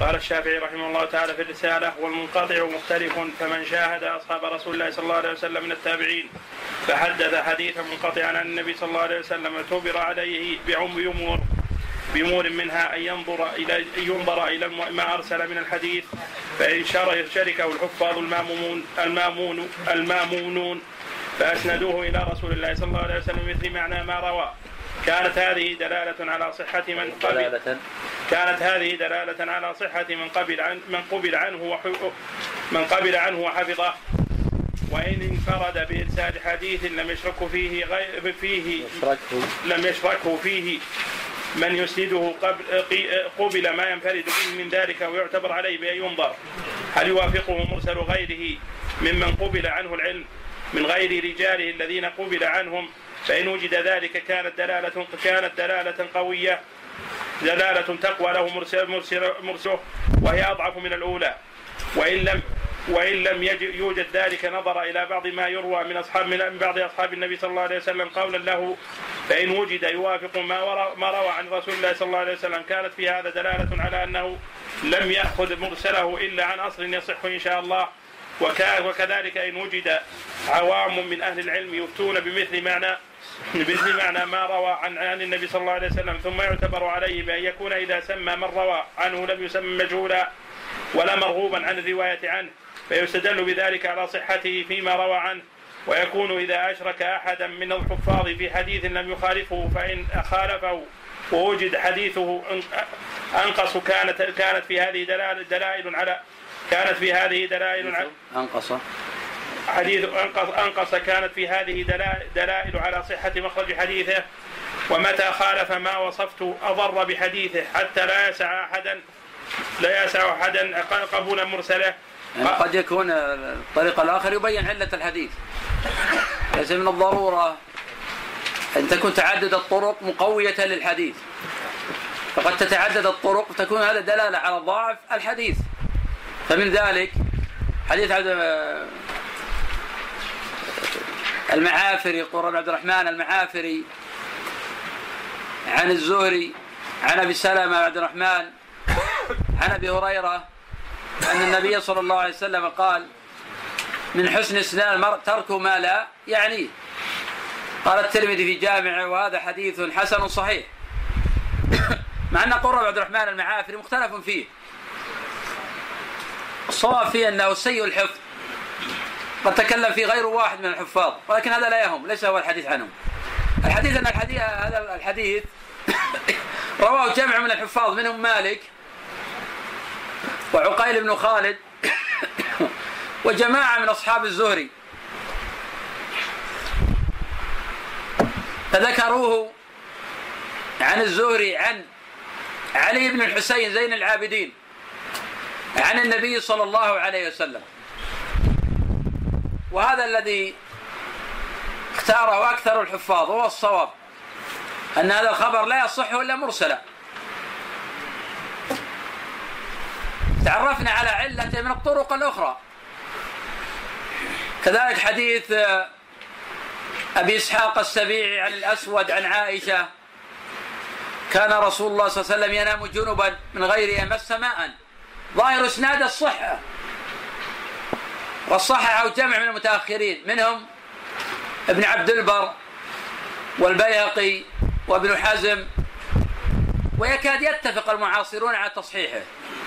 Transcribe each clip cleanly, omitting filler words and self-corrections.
قال الشافعي رحمه الله تعالى في الرسالة: والمنقطع مختلف، فمن شاهد أصحاب رسول الله صلى الله عليه وسلم من التابعين فحدث حديثا منقطعا عن النبي صلى الله عليه وسلم اعتبر عليه بأمور منها أن ينظر إلى ما أرسل من الحديث، فإن شركه الحفاظ المامونون فأسندوه إلى رسول الله صلى الله عليه وسلم مثل معنى ما روى، كانت هذه دلالة على صحة من قبل عنه وحفظه. وإن انفرد بإرسال حديث لم يشركه فيه من يسنده قبل ما ينفرد به من ذلك، ويعتبر عليه بأن ينظر هل يوافقه مرسل غيره ممن قبل عنه العلم من غير رجاله الذين قبل عنهم، فإن وجد ذلك كانت دلالة قوية، دلالة تقوى له مرسله وهي أضعف من الأولى. وإن لم يوجد ذلك نظر إلى بعض ما يروى من بعض أصحاب النبي صلى الله عليه وسلم قولا له، فإن وجد يوافق ما روى عن رسول الله صلى الله عليه وسلم كانت في هذا دلالة على أنه لم يأخذ مرسله إلا عن أصل يصح إن شاء الله. وكذلك إن وجد عوام من أهل العلم يفتون بمثل معنى ما روى عن النبي صلى الله عليه وسلم، ثم يعتبر عليه بأن يكون إذا سمى من روى عنه لم يسمى مجهولا ولا مرغوبا عن الرواية عنه، فيستدل بذلك على صحته فيما روى عنه. ويكون إذا أشرك أحدا من الحفاظ في حديث لم يخالفه، فإن خالفه ووجد حديثه أنقص كانت في هذه دلائل على حديث أنقص كانت في هذه دلائل على صحة مخرج حديثه. ومتى خالف ما وصفت أضر بحديثه حتى لا يسع أحدا قبول مرسله. يعني قد يكون الطريق الآخر يبين علة الحديث، ليس من الضرورة أن تكون تعدد الطرق مقوية للحديث، فقد تتعدد الطرق تكون هذا دلالة على ضعف الحديث. فمن ذلك حديث المعافري، قرن عبد الرحمن المعافري عن الزهري عن أبي سلمة عبد الرحمن عن أبي هريرة أن النبي صلى الله عليه وسلم قال: من حسن إسلام المرء ترك ما لا يعنيه. قال الترمذي في جامعه: وهذا حديث حسن صحيح. مع أن قرن عبد الرحمن المعافري مختلف فيه، الصواب فيه أنه سيء الحفظ، قد تكلم فيه غير واحد من الحفاظ، ولكن هذا لا يهم، ليس هو الحديث عنهم. الحديث أن هذا الحديث رواه جمع من الحفاظ، منهم مالك وعقيل بن خالد وجماعة من أصحاب الزهري، فذكروه عن الزهري عن علي بن الحسين زين العابدين عن النبي صلى الله عليه وسلم. وهذا الذي اختاره أكثر الحفاظ هو الصواب، أن هذا الخبر لا يصح إلا مرسلا. تعرفنا على علته من الطرق الأخرى. كذلك حديث أبي إسحاق السبيعي عن الأسود عن عائشة: كان رسول الله صلى الله عليه وسلم ينام جنبا من غير يمس ماء. ظاهر إسناد الصحة، والصحة جمع من المتأخرين، منهم ابن عبد البر والبيهقي وابن حزم، ويكاد يتفق المعاصرون على تصحيحه،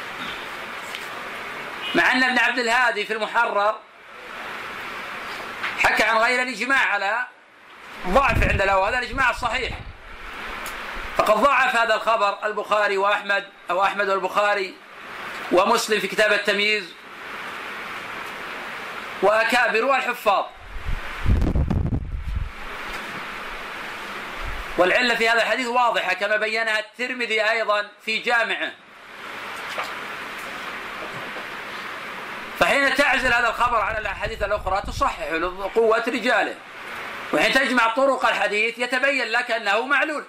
مع أن ابن عبد الهادي في المحرر حكى عن غير الإجماع على ضعف عند له، وهذا الإجماع الصحيح. فقد ضعف هذا الخبر البخاري وأحمد، أو أحمد والبخاري ومسلم في كتاب التمييز، وأكابر الحفاظ. والعلة في هذا الحديث واضحة كما بينها الترمذي أيضا في جامعه. فحين تعزل هذا الخبر على الأحاديث الأخرى تصحح لقوة رجاله، وحين تجمع طرق الحديث يتبين لك أنه معلول.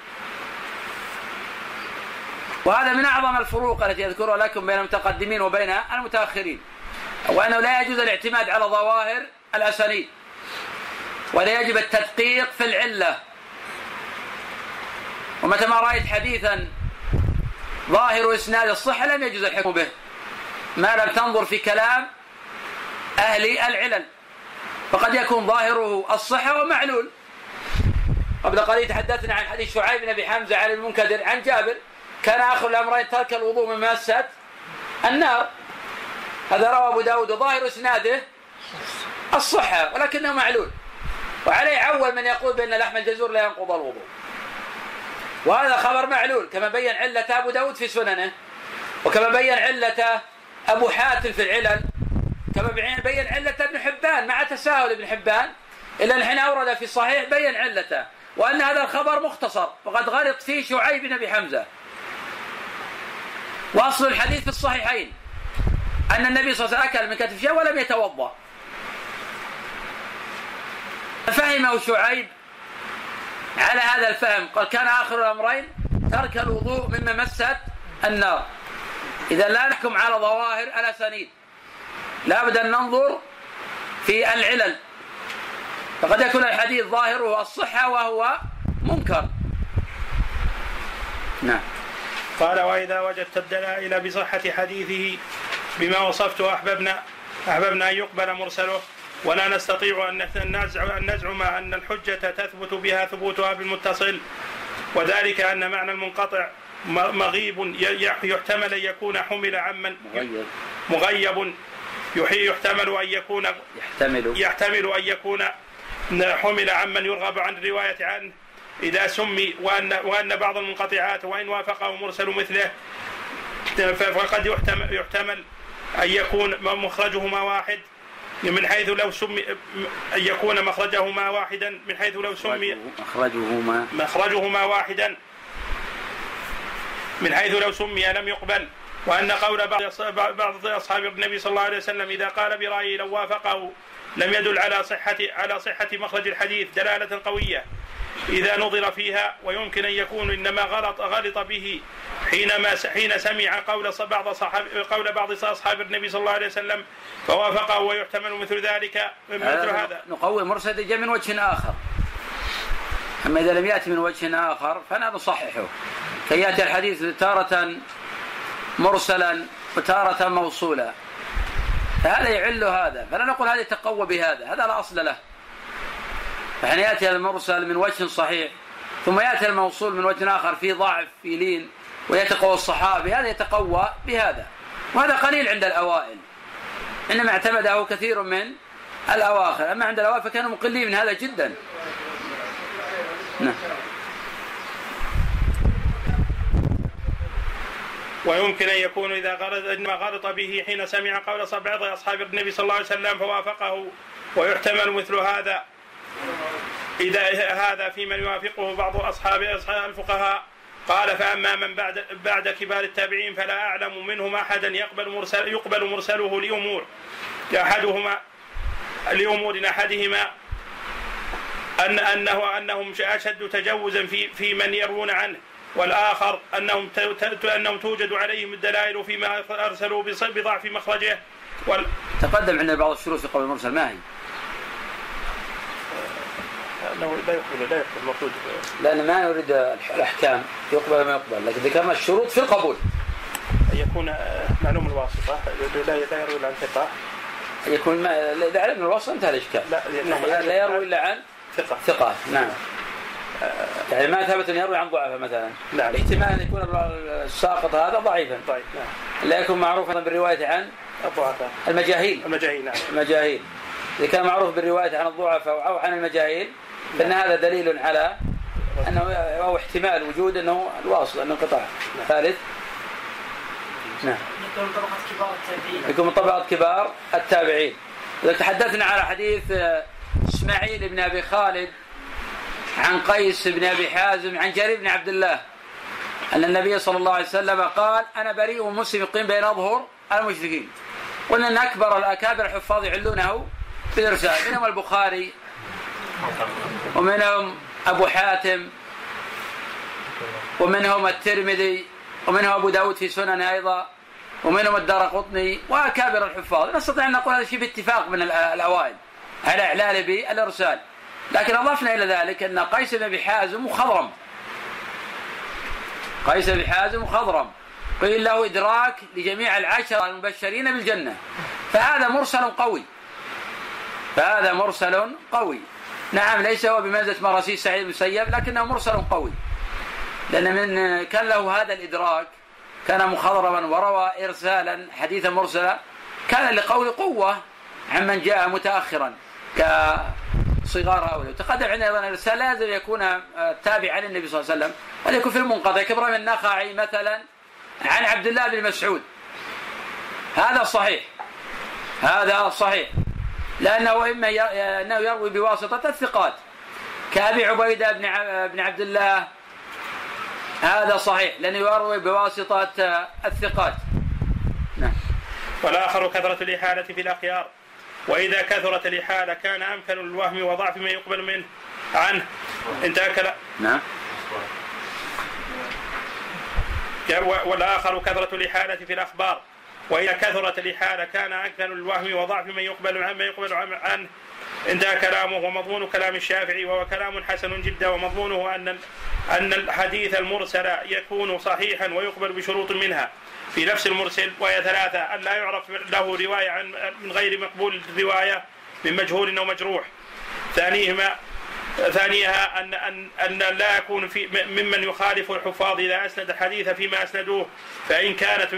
وهذا من أعظم الفروق التي أذكرها لكم بين المتقدمين وبين المتأخرين، وأنه لا يجوز الاعتماد على ظواهر الأسانيد، ولا يجب التدقيق في العلة. ومتى ما رأيت حديثا ظاهر إسناد الصحة لم يجوز الحكم به ما لم تنظر في كلام أهل العلل، فقد يكون ظاهره الصحة ومعلول. قبل قليل تحدثنا عن حديث شعيب بن أبي حمزة عن المنكدر عن جابر كان آخر الأمرين ترك الوضوء من مسة النار، هذا رواه أبو داود وظاهر إسناده الصحة ولكنه معلول، وعليه عول من يقول بأن لحم الجزور لا ينقض الوضوء، وهذا خبر معلول كما بين علة أبو داود في سننه، وكما بين علة أبو حاتم في العلل، كما بين علة ابن حبان مع تساهل ابن حبان إلا الحين أورد في الصحيح بين علته، وأن هذا الخبر مختصر وقد غلط فيه شعيب بن أبي حمزة. وأصل الحديث في الصحيحين أن النبي صلى الله عليه وسلم أكل من كتف شاة ولم يتوضأ، ففهمه شعيب على هذا الفهم، قال كان آخر الأمرين ترك الوضوء مما مست النار. إذا لا نحكم على ظواهر الأسانيد، لا بد أن ننظر في العلل، فقد يكون الحديث ظاهره الصحة وهو منكر. نعم. قال وإذا وجدت الدلائل بصحة حديثه بما وصفته أحببنا أن يقبل مرسله، ولا نستطيع أن نزعم أن الحجة تثبت بها ثبوتها بالمتصل، وذلك أن معنى المنقطع مغيب يحتمل أن يكون حمل عمن مغيب يحتمل أن يكون حمل عمن يرغب عن الرواية عنه إذا سمي، وأن بعض المنقطعات وإن وافقه مرسل مثله فقد يحتمل أن يكون مخرجهما واحد من حيث لو سمي، أن يكون مخرجهما واحدا من حيث لو سمي مخرجهما واحدا من حيث لو سمي لم يقبل، وأن قول بعض أصحاب النبي صلى الله عليه وسلم إذا قال برأيه لو وافقه لم يدل على صحة مخرج الحديث دلالة قوية إذا نظر فيها، ويمكن أن يكون إنما غلط به حين سمع قول بعض أصحاب النبي صلى الله عليه وسلم فوافقه، ويحتمل مثل ذلك مثل هذا. نقوي مرسل جاء من وجه آخر، أما إذا لم يأتي من وجه آخر فأنا نصححه، كي يأتي الحديث تارة مرسلا وتارة موصولا، فهذا يعل هذا، فلا نقول هذا يتقوى بهذا، هذا لا أصل له. فحين يأتي المرسل من وجه صحيح ثم يأتي الموصول من وجه آخر فيه ضعف في لين ويتقوى الصحابي، هذا يتقوى بهذا، وهذا قليل عند الأوائل، إنما اعتمده كثير من الأواخر، أما عند الأوائل فكانوا مقلين من هذا جدا. ويمكن أن يكون إنما غلط به حين سمع قول بعض أصحاب النبي صلى الله عليه وسلم فوافقه، ويحتمل مثل هذا إذا هذا في من يوافقه بعض أصحاب الفقهاء. قال فأما من بعد كبار التابعين فلا أعلم منهم أحدا يقبل مرسله أحدهما أنهم أشد تجوزا في من يروون عنه، والآخر أنهم توجد عليهم الدلائل فيما أرسلوا بضعف مخرجه. تقدم عندنا بعض الشروط في قول المرسل، ما هي؟ لا يقبل المفروض، لأن ما نريد الأحكام يقبل ما يقبل، لكن ذكرنا الشروط في القبول. أن يكون معلوم الواسطة، لا يروي إلا عن ثقة، يكون إذا علم الواسطة انتهى الإشكال، لا يروي إلا عن ثقة. نعم، يعني ما ثبت أن يروي عن ضعفة مثلا، نعم. احتمال أن يكون الساقط هذا ضعيفا، نعم. لا يكون معروفا بالرواية عن الضعفاء المجاهيل، نعم. المجاهيل إذا كان معروف بالرواية عن الضعفاء أو عن المجاهيل فإن هذا دليل على أنه أو احتمال وجود أنه الواصل أنه انقطاع. ثالث، نعم، يكون من طبقة كبار التابعين. إذا تحدثنا على حديث إسماعيل بن أبي خالد عن قيس بن أبي حازم عن جرير بن عبد الله أن النبي صلى الله عليه وسلم قال أنا بريء مسلم يقيم بين أظهر المشركين. قلنا أن أكبر الأكابر الحفاظ يعلونه بالإرسال، منهم البخاري ومنهم أبو حاتم ومنهم الترمذي ومنهم أبو داود في سنن أيضا ومنهم الدارقطني وأكابر الحفاظ. نستطيع أن نقول هذا شيء باتفاق من الأوائل على إعلان بالإرسال، لكن أضفنا إلى ذلك أن قيس بن أبي حازم وخضرم، قيل له إدراك لجميع العشرة المبشرين بالجنة، فهذا مرسل قوي، فهذا مرسل قوي. نعم ليس هو بمنزلة مراسيل سعيد بن المسيب، لكنه مرسل قوي، لأن من كان له هذا الإدراك كان مخضرما وروى إرسالا حديثا مرسلا كان لقول قوة عمن جاء متأخرا كصغار هؤلاء. تقدم عندنا أيضا الإرسال لازم يكون تابعا للنبي صلى الله عليه وسلم، وليكن في المنقطع كإبراهيم النخعي مثلا عن عبد الله بن مسعود، هذا صحيح، هذا صحيح، لأنه إما أنه يروي بواسطة الثقات كأبي عبيدة بن عبد الله، هذا صحيح لأنه يروي بواسطة الثقات. نعم. والآخر كثرة الإحالة في الأخيار، وإذا كثرت الإحالة كان أمكن الوهم وضعف ما يقبل منه عنه. انتهى كلام. نعم. والآخر كثرة الإحالة في الأخبار، وإذا كثرت الإحالة كان أمكن الوهم وضعف ما يقبل عنه. انتهى كلامه. ومضمون كلام الشافعي وهو كلام حسن جدا، ومضمونه أن الحديث المرسل يكون صحيحا ويقبل بشروط منها في نفس المرسل، وهي ثلاثة: أن لا يعرف له رواية من غير مقبول الرواية من مجهول أو مجروح. ثانيها أن لا يكون ممن يخالف الحفاظ إذا أسند الحديث فيما أسندوه، فإن كان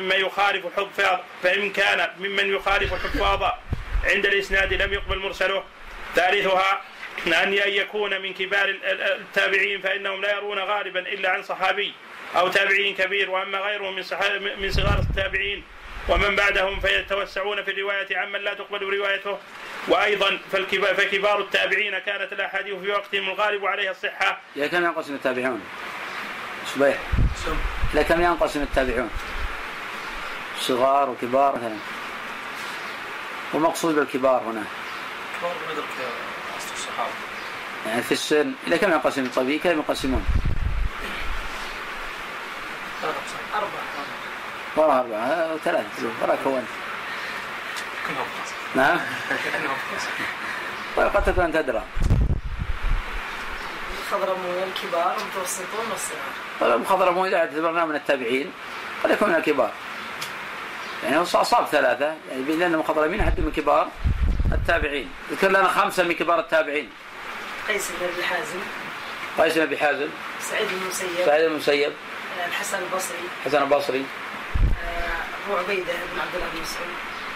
ممن يخالف الحفاظ عند الإسناد لم يقبل مرسله. ثالثها أن يكون من كبار التابعين، فإنهم لا يرون غالبا إلا عن صحابي أو تابعين كبير، وأما غيرهم من صغار التابعين ومن بعدهم فيتوسعون في الرواية عمن لا تقبل روايته. وأيضا فكبار التابعين كانت الأحاديث في وقتهم الغالب عليها الصحة. إلى كم ينقسم التابعون؟ صبيح. إلى كم ينقسم التابعون؟ صغار وكبار مثلا. ومقصود بالكبار هنا كبار مدرك أصل الصحابة، يعني في السن. إلى كم ينقسم الطبيعي؟ كم يقسمون؟ 4 3 وراك هو. نعم. طيب قد تكون أنت أدرى. المخضرمون الكبار المتوسطون والصغار. طيب المخضرمون إذا اعتبرناه من التابعين قد يكون من الكبار، يعني هو أصاب 3 يعني لأن المخضرمين حتى من كبار التابعين. ذكر لنا 5 من كبار التابعين: قيس بن أبي حازم، سعيد بن المسيب، الحسن البصري، أبو عبيدة بن عبد الله بن مسعود،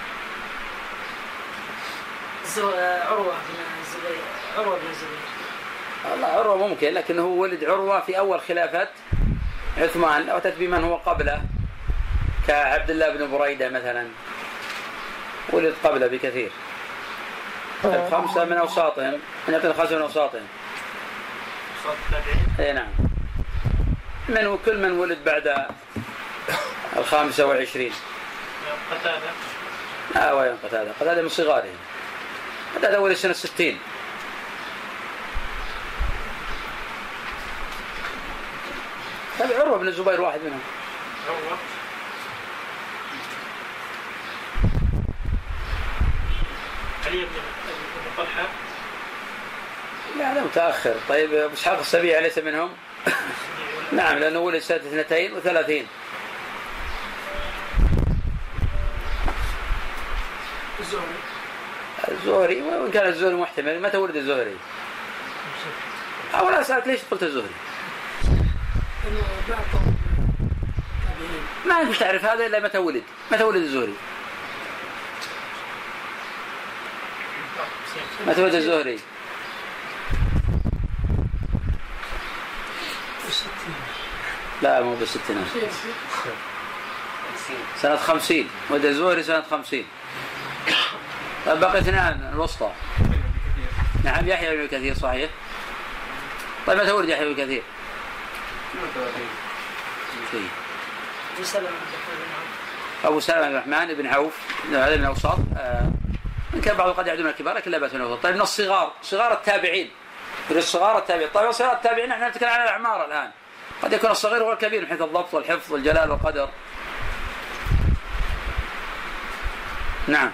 عروة بن الزبير. الله عروة ممكن، لكنه ولد عروة في أول خلافة عثمان، أو تتبي من هو قبله كعبد الله بن بريدة مثلا، ولد قبله بكثير. 5 من أوساطهم، من 5 من أوساطهم. أي نعم. كل من ولد بعد 25. قتادة من صغارهم، قتادة ولد سنة 60. هذا عروة بن الزبير واحد منهم. علي بن طلحة لا هذا متأخر. طيب أبو إسحاق السبيعي ليس منهم؟ نعم لأنه ولد سنة 32. الزهري وإن كان الزهري محتمل. متى ولد الزهري؟ أولا أسألك ليش قلت الزهري؟ ما يمكن تعرف هذا إلا متى ولد الزهري. متى ولد الزهري؟ لا مو بالستينات، سنة 50 ولد الزهري سنة 50. بقي 2 الوسطى. نعم يحيى بن كثير صحيح. طيب متى ولد يحيى بن كثير؟ أبو سلمة بن الرحمن بن عوف، هذا من أوساط. إن كان بعض قد يعدون الكبار لكن لا بأس من أوساط. طيب من صغار التابعين. طيب صغار التابعين نحن نتكلم عن الأعمار الآن. قد يكون الصغير هو الكبير من حيث الضبط والحفظ والجلال والقدر. نعم.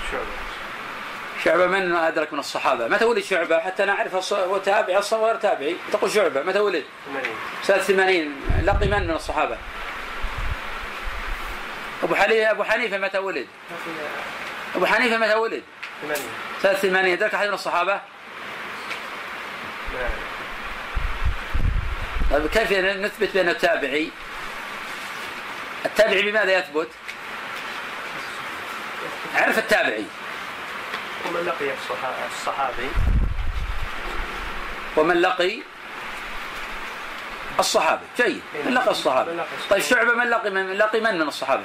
شعبة من أدرك من الصحابة؟ متى ولد شعبة حتى نعرف هو تابعي أصلا غير تابعي؟ تقول شعبة متى ولد؟ سنة 80. لقي من الصحابة؟ أبو حنيفة متى ولد؟ أبو حنيفة متى ولد؟ 83. ذلك أحد من الصحابة؟ طيب كيف نثبت بأنه تابعي؟ التابعي بماذا يثبت؟ عرف التابعي ومن لقي الصحابي ومن لقي الصحابة. جيد، من لقي الصحابة. طيب شعبة من لقي من الصحابة؟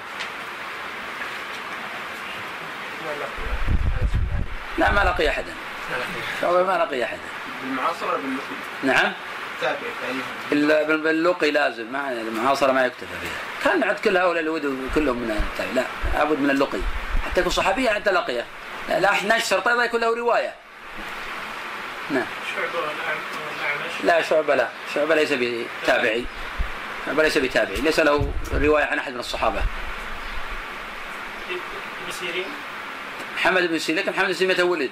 لا ما لقي أحدا. شعبة ما لقي أحدا. بالمعاصرة باللقي؟ نعم تابع باللقي لازم، ما المعاصرة ما يكتفى فيها. كان عند كل هؤلاء الودود كلهم من التابع، لا أبد من اللقي حتى يكون صحابيا حتى لقيه. لا نشرط أيضا يكون له رواية. نعم. لا شعبة ليس بتابعي. شعبة ليس بتابعي، ليس له رواية عن أحد من الصحابة. محمد بن سيرين، لكن محمد بن سيرين متى ولد؟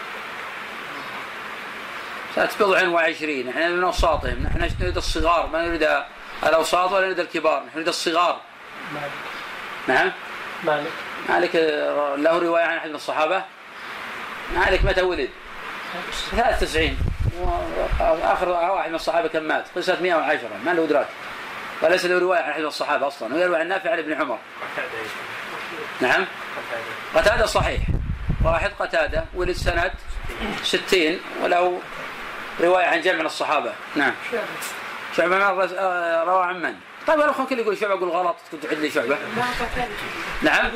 سنة 27. نحن من أوساطهم، نحن نريد الصغار، ما نريد الأوساط ولا نريد الكبار، نحن نريد الصغار. نعم. مالك له رواية عن أحد من الصحابة؟ مالك متى ولد؟ 93. آخر واحد من الصحابة كم مات؟ قصة 110، ما له إدراك، وليس له رواية عن أحد من الصحابة أصلا، ويروي عن نافع عن ابن عمر. نعم. قتادة صحيح، واحد قتادة ولد سنة 60 وله رواية عن جمع من الصحابة. نعم. شعبة ما روى عن من؟ طيب ولا أخوان كل يقول شعبة أقول غلط كنت تعد لي شعبة. نعم.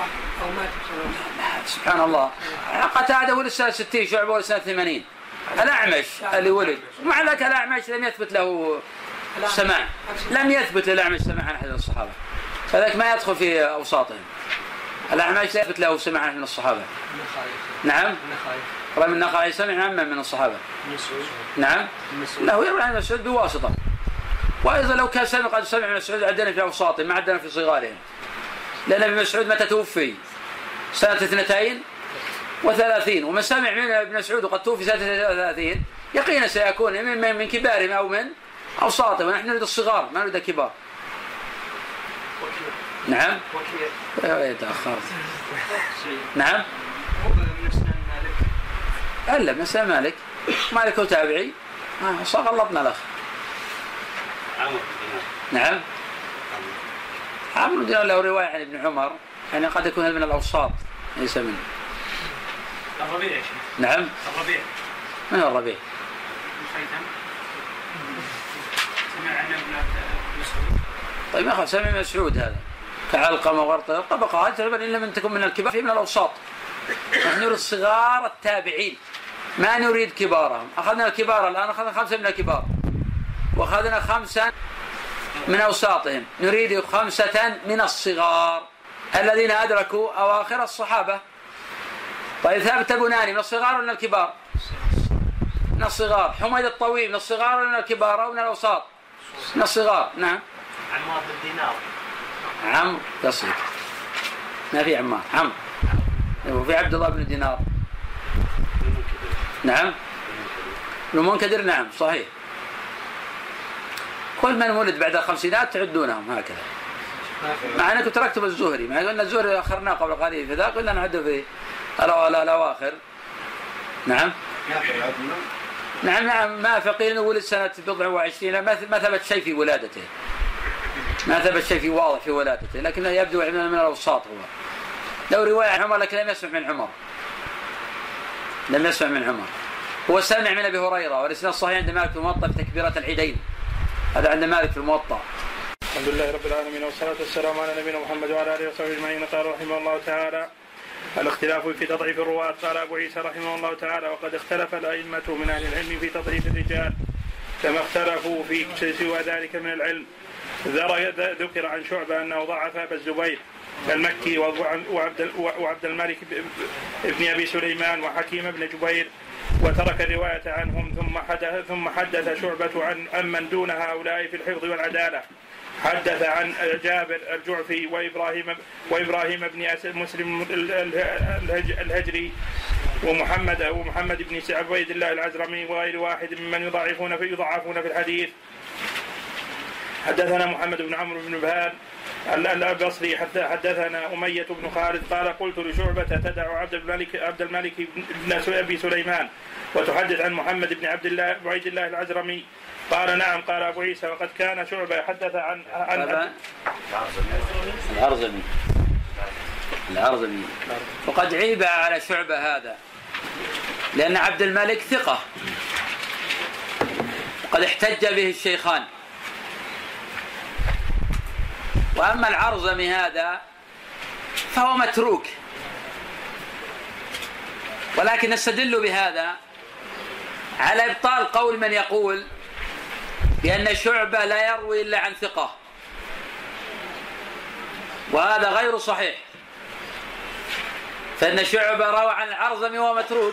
سبحان الله. قتادة ولد سنة 60، شعبة ولد سنة 80. الأعمش اللي ولد، ومع ذلك الأعمش لم يثبت له سماع، لم يثبت للأعمش سماع عن أحد من الصحابة، فذلك ما يدخل في أوساطهم. الأعمش لا يثبت له سماع عن أحد من الصحابة. نعم. رغم النخعي سمع عن من الصحابة. نعم. له يروي عن مسعود بواسطة، وأيضا لو كان قد سمع من مسعود عندنا في أوساطهم ما عندنا في صغارهم، لأن ابن مسعود متى توفي؟ سنة 32، ومن سمع من ابن مسعود وقد توفي سنة 33 يقينا سيكون من كبارهم أو من أوساطهم، ونحن نريد الصغار ما نريد الكبار. نعم. تأخرت. نعم. ألا من سنة مالك هو تابعي. غلطنا الأخ. نعم. عمرو بن دينار له رواية عن ابن عمر، يعني قد يكون من الأوساط ليس منه. الربيع. نعم. الربيع. من هو الربيع؟ سمع عن ابن مسعود. طيب ما خاف سمع مسعود هذا كعلقمة وغرطة الطبقات تقريبا إلا من تكون من الكبار في من الأوساط. نحن نريد صغار التابعين ما نريد كبارهم. أخذنا الكبار الآن، أخذنا 5 من الكبار وأخذنا 5 من أوساطهم، نريد 5 من الصغار الذين أدركوا أواخر الصحابة. طيب ثابت البناني من الصغار ولا من الكبار؟ من الصغار. حميد الطويل من الصغار ولا من الكبار أو من الأوساط؟ من الصغار. نعم. عمار بن دينار. عمرو يصلك، ما في عمار، عمرو. وفي عبد الله بن دينار. نعم. المنكدر. نعم صحيح. كل من ولد بعد الخمسينات تعدونهم هكذا، مع أنكم تركتم الزهري، مع أن الزهري أخرناه قبل قليل، فذا قلنا نعده في الأواخر. نعم. نعم ما فقيل ولد سنة 24، ما ثبت شيء في ولادته، ما ثبت شيء في واضح في ولادته، لكنه يبدو من الأوساط. هو لو رواية عن عمر لكن لم يسمع من عمر، لم يسمع من عمر. هو سمع من أبي هريرة، والإسناد الصحيح عند مالك في الموطأ بتكبيرة العيدين، هذا عند مالك في الموطأ. الحمد لله رب العالمين، والصلاة والسلام على نبينا محمد وعلى آله وصحبه أجمعين. قال رحمه الله تعالى: الاختلاف في تضعيف الرواة. قال أبو عيسى رحمه الله تعالى: وقد اختلف الأئمة من أهل العلم في تضعيف الرجال كما اختلفوا في سوى ذلك من العلم. ذكر عن شعبة أنه ضعف أبا الزبير المكي وعبد الملك ابن أبي سليمان وحكيم بن جبير، وترك الرواية عنهم. ثم حدث شعبة عن من دون هؤلاء في الحفظ والعدالة. حدث عن جابر الجعفي وإبراهيم بن مسلم الهجري ومحمد بن عبيد الله العزرمي وغير واحد ممن يضعفون في الحديث. حدثنا محمد بن عمرو بن بهاد البصري حدثنا أمية بن خالد قال قلت لشعبة تدع عبد الملك بن أبي سليمان وتحدث عن محمد بن عبيد الله العزرمي؟ قال نعم. قال أبو عيسى وقد كان شعبة يحدث عن العرزمي وقد عيب على شعبة هذا لأن عبد الملك ثقة قد احتج به الشيخان، وأما العرزمي هذا فهو متروك، ولكن نستدل بهذا على إبطال قول من يقول بأن شعبة لا يروي إلا عن ثقة، وهذا غير صحيح، فإن شعبة روى عن العرزمي وهو متروك،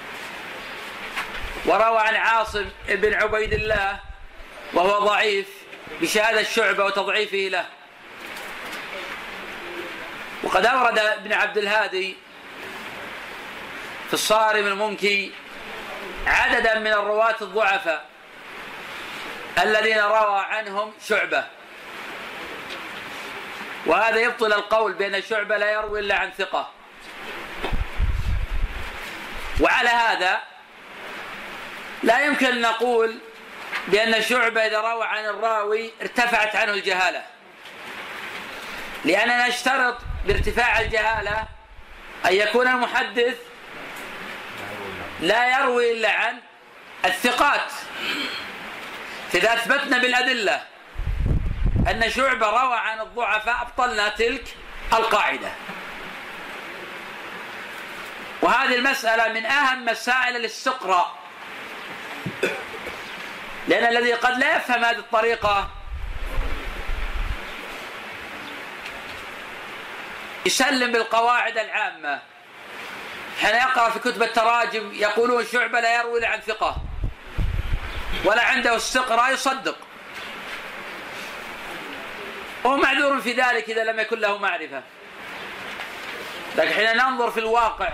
وروى عن عاصم بن عبيد الله وهو ضعيف بشهادة شعبة وتضعيفه له. وقد أورد ابن عبد الهادي في الصارم المنكي عددا من الرواة الضعفاء الذين روى عنهم شعبة، وهذا يبطل القول بأن شعبة لا يروي إلا عن ثقة. وعلى هذا لا يمكن أن نقول بأن شعبة إذا روى عن الراوي ارتفعت عنه الجهالة، لأننا نشترط بارتفاع الجهالة أن يكون المحدث لا يروي إلا عن الثقات. فإذا أثبتنا بالأدلة أن شعبة روى عن الضعفاء أبطلنا تلك القاعدة. وهذه المسألة من أهم مسائل الاستقراء، لأن الذي قد لا يفهم هذه الطريقة يسلم بالقواعد العامة. حين يقرأ في كتب التراجم يقولون شعبة لا يروي عن ثقة، ولا عنده استقراء يصدق، وهو معذور في ذلك إذا لم يكن له معرفة. لكن حين ننظر في الواقع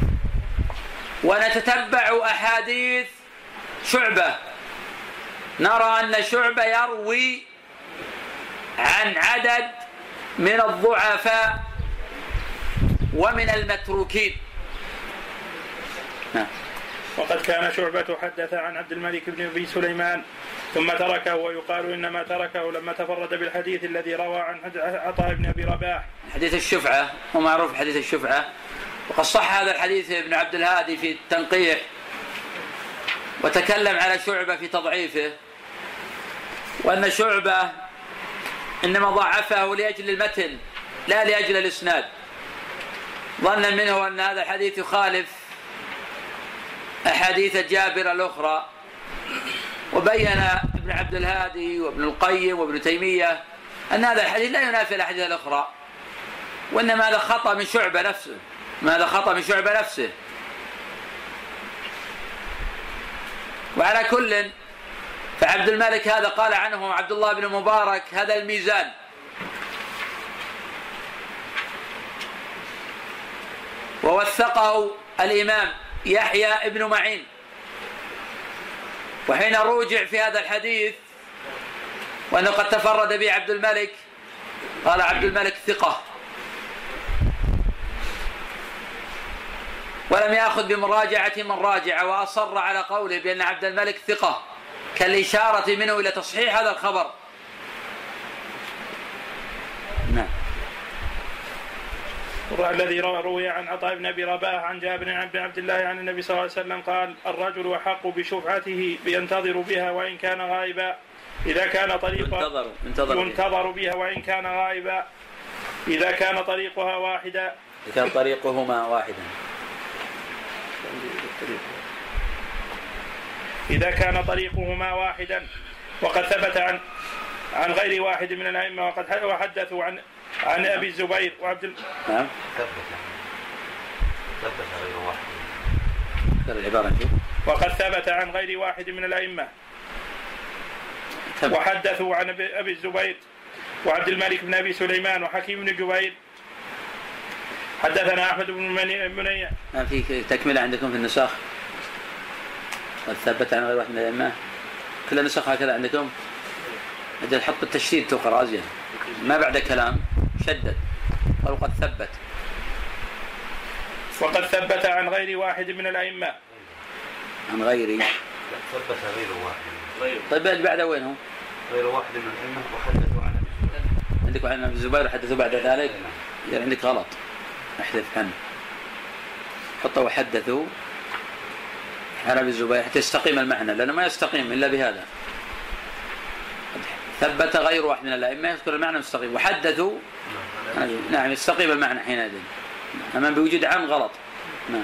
ونتتبع أحاديث شعبة نرى أن شعبة يروي عن عدد من الضعفاء ومن المتروكين. وقد كان شعبة حدث عن عبد الملك بن أبي سليمان ثم تركه، ويقال إنما تركه لما تفرد بالحديث الذي روى عن عطاء بن أبي رباح، حديث الشفعة، ومعروف حديث الشفعة. وقد صح هذا الحديث ابن عبد الهادي في التنقيح، وتكلم على شعبة في تضعيفه، وأن شعبة إنما ضعفه لأجل المتن لا لأجل الإسناد، ظنا منه أن هذا الحديث يخالف أحاديث جابر الأخرى. وبين ابن عبد الهادي وابن القيم وابن تيمية أن هذا الحديث لا ينافي الأحاديث الأخرى، وإنما هذا خطأ من شعبة نفسه، هذا خطأ من شعبة نفسه. وعلى كل فعبد الملك هذا قال عنه عبد الله بن مبارك هذا الميزان، ووثقه الإمام يحيى ابن معين. وحين روجع في هذا الحديث وأنه قد تفرد به عبد الملك قال عبد الملك ثقة، ولم يأخذ بمراجعة من راجع، وأصر على قوله بأن عبد الملك ثقة كالإشارة منه إلى تصحيح هذا الخبر. نعم. الذي روي عن عطاء بن أبي رباح عن جابر بن عبد الله عن النبي صلى الله عليه وسلم قال: الرجل أحق بشفعته ينتظر بها وإن كان غائبا، إذا كان طريقها ينتظر بها وإن كان غائبا، إذا كان طريقها واحدا، إذا كان طريقهما واحدا، إذا كان طريقهما واحدا. وقد ثبت عن غير واحد من الأئمة وحدثوا عن أبي الزبير وعبد نعم. وقد ثبت عن غير واحد من الأئمة وحدثوا عن أبي الزبير وعبد الملك بن أبي سليمان وحكيم بن جبير. حدثنا أحمد بن منيع. في تكملة عندكم في النسخ؟ قد ثبت عن غير واحد من الأئمة، كل النسخ هكذا عندكم؟ أجل حط التشديد تقرأ أزين. ما بعد كلام شدد أو قد ثبت. وقد ثبت عن غير واحد من الأئمة. عن غيري ثبت غير واحد. طيب بعد وين هو؟ غير واحد من الأئمة وحدثوا عن عندك عن ابن الزبير وحدثوا بعد ذلك؟ يعني عندك غلط، احذف عنه، حطوا وحدثوا عن ابن الزبير حتى يستقيم المعنى، لأنه ما يستقيم إلا بهذا. ثبت غير واحد من الأئمة يذكر المعنى مستقيم، وحدثوا نعم يستقيم المعنى حينئذ، أما بوجود عن غلط. نعم.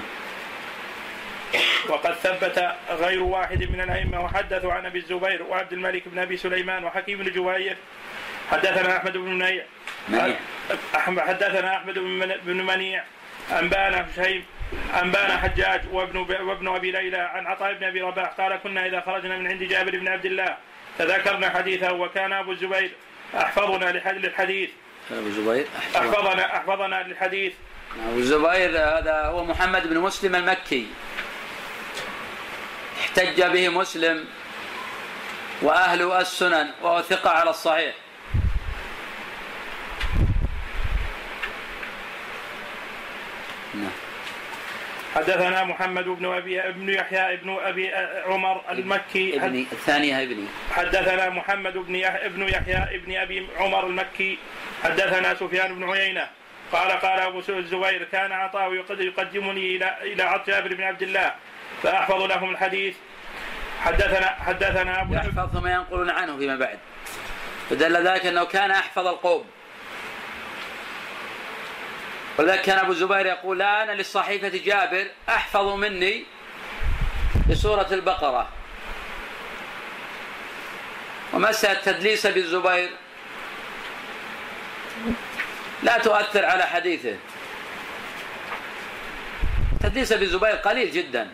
وقد ثبت غير واحد من الأئمة وحدثوا عن أبي الزبير وعبد الملك بن أبي سليمان وحكيم بن جوير. حدثنا أحمد بن منيع حدثنا أحمد بن منيع أنبانا هشيم أنبانا حجاج وابن أبي ليلى عن عطاء بن أبي رباح قال كنا إذا خرجنا من عند جابر بن عبد الله تذكرنا حديثه وكان أبو الزبير أحفظنا للحديث. أبو الزبير أحفظنا للحديث. أبو الزبير هذا هو محمد بن مسلم المكي، احتج به مسلم وأهل السنن وهو ثقة على الصحيح. حدثنا محمد بن يحيى ابن أبي عمر المكي الثانية ابني. حدثنا محمد بن يحيى ابن أبي عمر المكي حدثنا سفيان بن عيينة قال أبو الزبير كان عطاء يقدمني إلى جابر بن عبد الله فأحفظ لهم الحديث. حدثنا أبو يحفظ ما ينقلون عنه فيما بعد، فدل ذلك أنه كان أحفظ القوم. ولذلك كان أبو الزبير يقول لا أنا للصحيفة جابر أحفظ مني بسورة البقرة. ومسألة تدليس أبي الزبير لا تؤثر على حديثه. تدليس أبي الزبير قليل جدا،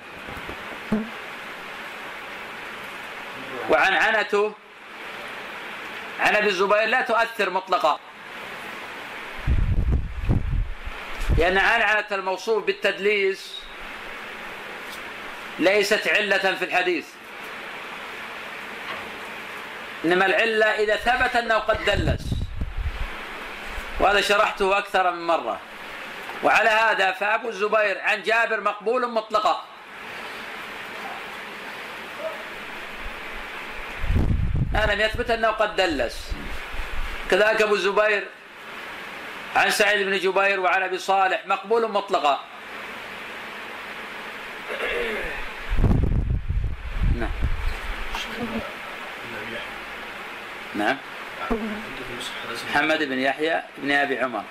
وعنعنته عن أبي الزبير لا تؤثر مطلقا، لأن عنعنة الموصوف بالتدليس ليست علة في الحديث، إنما العلة إذا ثبت أنه قد دلس، وهذا شرحته أكثر من مرة. وعلى هذا فأبو الزبير عن جابر مقبول مطلقا، لم يثبت أنه قد دلس. كذلك أبو الزبير عن سعيد بن جبير وعن أبي صالح مقبول مطلقا. نعم. محمد بن يحيى بن أبي عمر.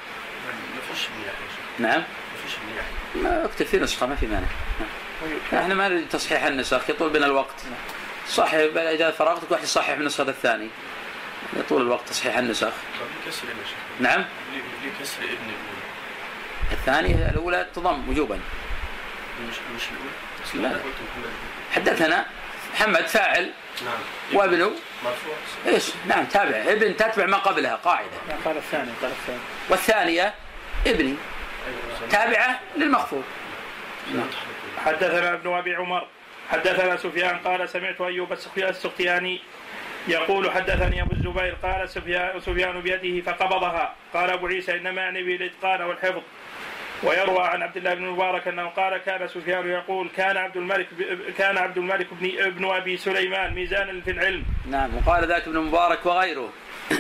نعم. ما اكتب في نسخة ما في مانع. احنا ما نريد تصحيح النسخ، يطول بنا الوقت. صحيح إذا فرغت واحد يصحح من النسخة الثاني، يطول الوقت تصحيح النسخ. نعم. لكسر ابن الثانية الأولى تضم وجوبا. مش الأولى. حدثنا محمد فاعل. نعم. وابنه مرفوع. ايش؟ نعم تابع، ابن تتبع ما قبلها قاعدة. قال الثاني. والثانية ابني تابعة للمخفوض. حدثنا ابن أبي عمر حدثنا سفيان قال سمعت أيوب السختياني يقول حدثني أبو الزبير قال سفيان بيده فقبضها. قال أبو عيسى إنما يعني بالإتقان والحفظ. ويروى عن عبد الله بن المبارك أنه قال كان سفيان يقول كان عبد الملك ابن أبي سليمان ميزانا في العلم. نعم. وقال ذاك ابن المبارك وغيره.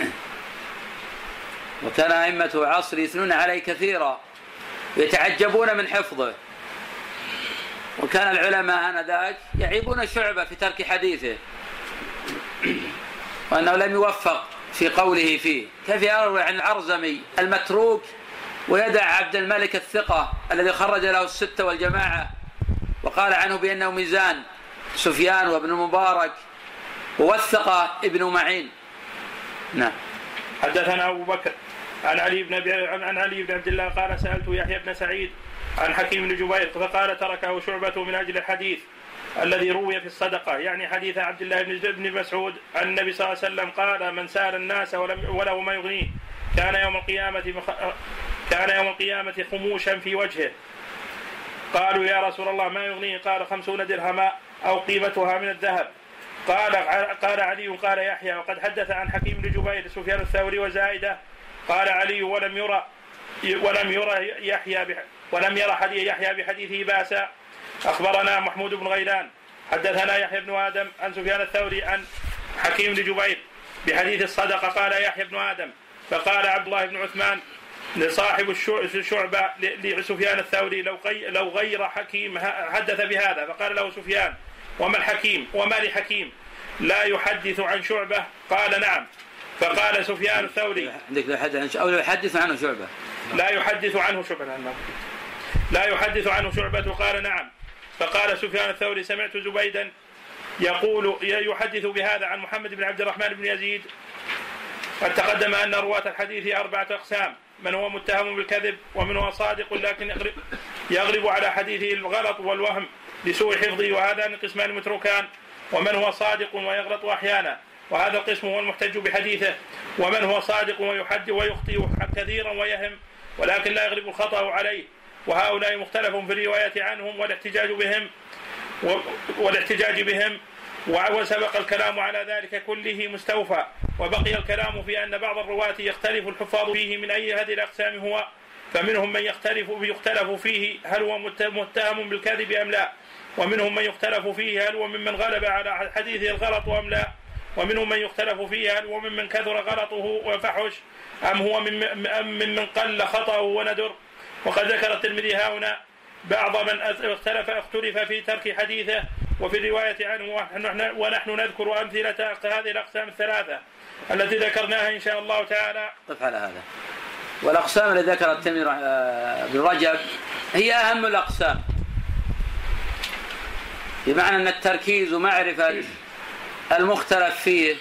وكان أئمة عصر يثنون عليه كثيرا ويتعجبون من حفظه، وكان العلماء آنذاك يعيبون شعبة في ترك حديثه وأنه لم يوفق في قوله فيه. كيف يروي عن العرزمي المتروك ويدع عبد الملك الثقة الذي خرج له الستة والجماعة وقال عنه بأنه ميزان، سفيان وابن المبارك ووثق ابن معين. نعم. حدثنا أبو بكر عن علي بن عبد الله قال سألت يحيى بن سعيد عن حكيم بن جبير فقال تركه شعبة من أجل الحديث الذي روي في الصدقة، يعني حديث عبد الله بن مسعود عن النبي صلى الله عليه وسلم قال من سأل الناس وله ما يغنيه كان يوم القيامة خموشا في وجهه. قالوا يا رسول الله ما يغنيه؟ قال 50 درهما أو قيمتها من الذهب. قال علي قال يحيى وقد حدث عن حكيم بن جبير سفيان الثوري وزائدة قال علي ولم يرى حديث يحيى بحديثه باسا. أخبرنا محمود بن غيلان حدثنا يحيى بن آدم عن سفيان الثوري عن حكيم بن جبير بحديث الصدقة قال يحيى بن آدم فقال عبد الله بن عثمان لصاحب الشعبة لسفيان الثوري لو غير حكيم حدث بهذا. فقال له سفيان وما الحكيم وما لحكيم لا يحدث عن شعبة؟ قال نعم. فقال سفيان الثوري أو يحدث عنه شعبة لا يحدث عنه شعبة قال نعم. فقال سفيان الثوري سمعت زبيدا يحدث بهذا عن محمد بن عبد الرحمن بن يزيد. قد تقدم أن رواة الحديث 4 أقسام: من هو متهم بالكذب، ومن هو صادق لكن يغلب على حديثه الغلط والوهم لسوء حفظه، وهذان قسمان متروكان. ومن هو صادق ويغلط أحيانا، وهذا القسم هو المحتج بحديثه. ومن هو صادق ويخطئ كثيرا ويهم ولكن لا يغلب الخطأ عليه، وهؤلاء مختلف في الرواية عنهم والاحتجاج بهم وسبق الكلام على ذلك كله مستوفى. وبقي الكلام في أن بعض الرواة يختلف الحفاظ فيه من أي هذه الأقسام هو، فمنهم من يختلف فيه هل هو متهم بالكذب أم لا، ومنهم من يختلف فيه هل هو ممن غلب على حديثه الغلط أم لا، ومنهم من يختلف فيه هل هو ممن كثر غلطه وفحش أم هو ممن قل خطأه وندر. وقد ذكر الترمذي هنا بعض من اختلف في ترك حديثه وفي الرواية عنه، ونحن نذكر أمثلة هذه الأقسام الثلاثة التي ذكرناها إن شاء الله تعالى. طف على هذا. والأقسام التي ذكرت الترمذي بن رجب هي أهم الأقسام، بمعنى أن التركيز ومعرفة المختلف فيه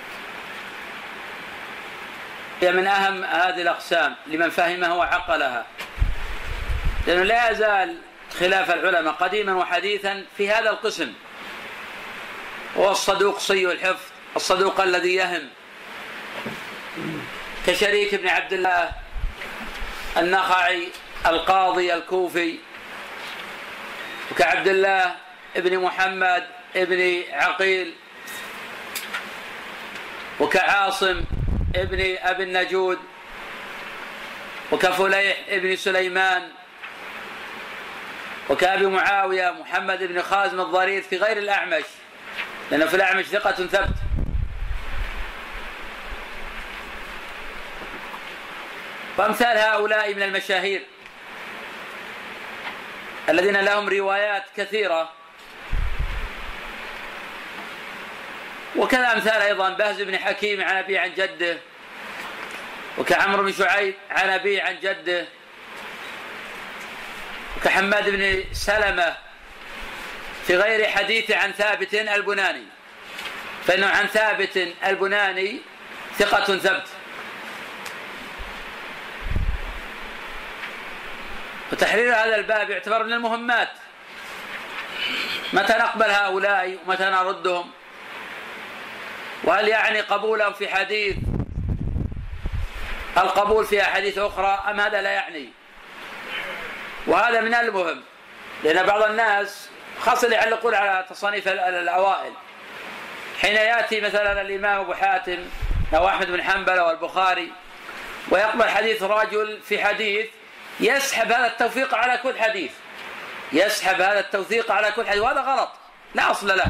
هي من أهم هذه الأقسام لمن فهمها وعقلها، لأنه لا يزال خلاف العلماء قديما وحديثا في هذا القسم، هو الصدوق سيء الحفظ، الصدوق الذي يهم، كشريك بن عبد الله النخعي القاضي الكوفي، وكعبد الله ابن محمد ابن عقيل، وكعاصم ابن أبي النجود، وكفليح ابن سليمان، وكأبي معاوية محمد بن خازم الضرير في غير الأعمش، لأنه في الأعمش ثقة ثبت. وأمثال هؤلاء من المشاهير الذين لهم روايات كثيرة، وكذا أمثال أيضا بهز بن حكيم عن أبي عن جده، وكعمرو بن شعيب عن أبي عن جده، وكحماد بن سلمة في غير حديث عن ثابت البناني، فإنه عن ثابت البناني ثقة ثبت. وتحرير هذا الباب يعتبر من المهمات، متى نقبل هؤلاء ومتى نردهم، وهل يعني قبولهم في حديث القبول في أحاديث أخرى أم هذا لا يعني. وهذا من المهم، لأن بعض الناس خاصة اللي يعلقون على تصانيف الأوائل، حين يأتي مثلا الإمام أبو حاتم أو أحمد بن حنبل والبخاري ويقبل حديث رجل في حديث، يسحب هذا التوثيق على كل حديث، يسحب هذا التوثيق على كل حديث، وهذا غلط لا أصل له.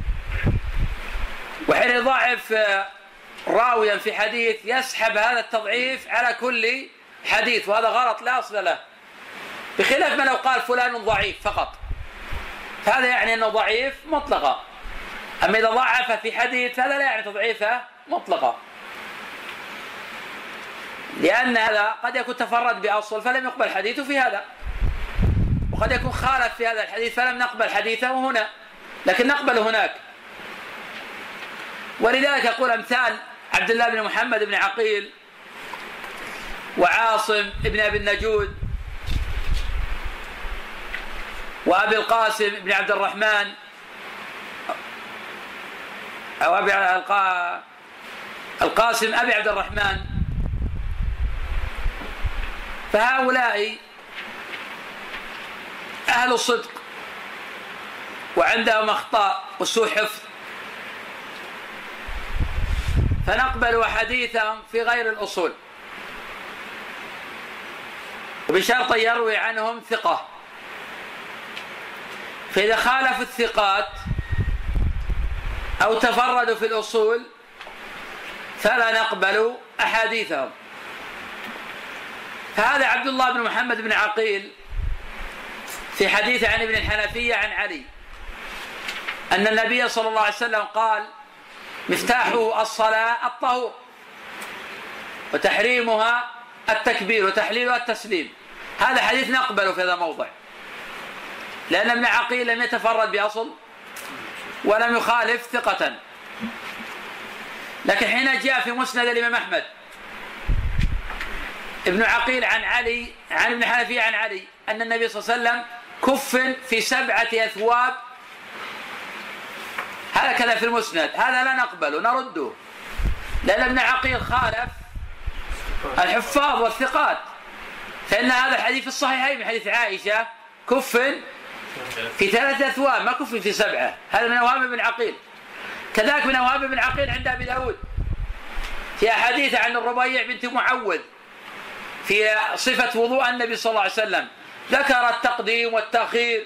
وحين يضاعف راويا في حديث يسحب هذا التضعيف على كل حديث، وهذا غلط لا أصل له، بخلاف ما لو قال فلان ضعيف فقط، هذا يعني أنه ضعيف مطلقا. أما إذا ضعف في حديث هذا لا يعني تضعيفه مطلقا، لأن هذا قد يكون تفرد بأصل فلم يقبل حديثه في هذا، وقد يكون خالف في هذا الحديث فلم نقبل حديثه هنا لكن نقبل هناك. ولذلك يقول أمثال عبد الله بن محمد بن عقيل، وعاصم ابن أبي النجود، وأبي القاسم بن عبد الرحمن، أو أبي القاسم أبي عبد الرحمن، فهؤلاء أهل الصدق وعندهم أخطاء وسوء حفظ، فنقبل حديثهم في غير الأصول وبشرط يروي عنهم ثقة. فإذا خالفوا الثقات أو تفردوا في الأصول فلا نقبل أحاديثهم. فهذا عبد الله بن محمد بن عقيل في حديث عن ابن الحنفية عن علي أن النبي صلى الله عليه وسلم قال: مفتاحه الصلاة الطهور وتحريمها التكبير وتحليلها التسليم. هذا حديث نقبله في هذا الموضع، لأن ابن عقيل لم يتفرد بأصل ولم يخالف ثقة. لكن حين جاء في مسند الإمام أحمد ابن عقيل عن علي عن ابن حنفية عن علي أن النبي صلى الله عليه وسلم كفن في 7 أثواب، هكذا في المسند، هذا لا نقبله نرده، لأن ابن عقيل خالف الحفاظ والثقات، فإن هذا الحديث في الصحيحين من حديث عائشة كفن في 3 أثواب ما كفن في 7، هذا من أوهام ابن عقيل. كذلك من أوهام ابن عقيل عند أبي داود في أحاديث عن الربيع بنت معوذ في صفة وضوء النبي صلى الله عليه وسلم، ذكر التقديم والتأخير،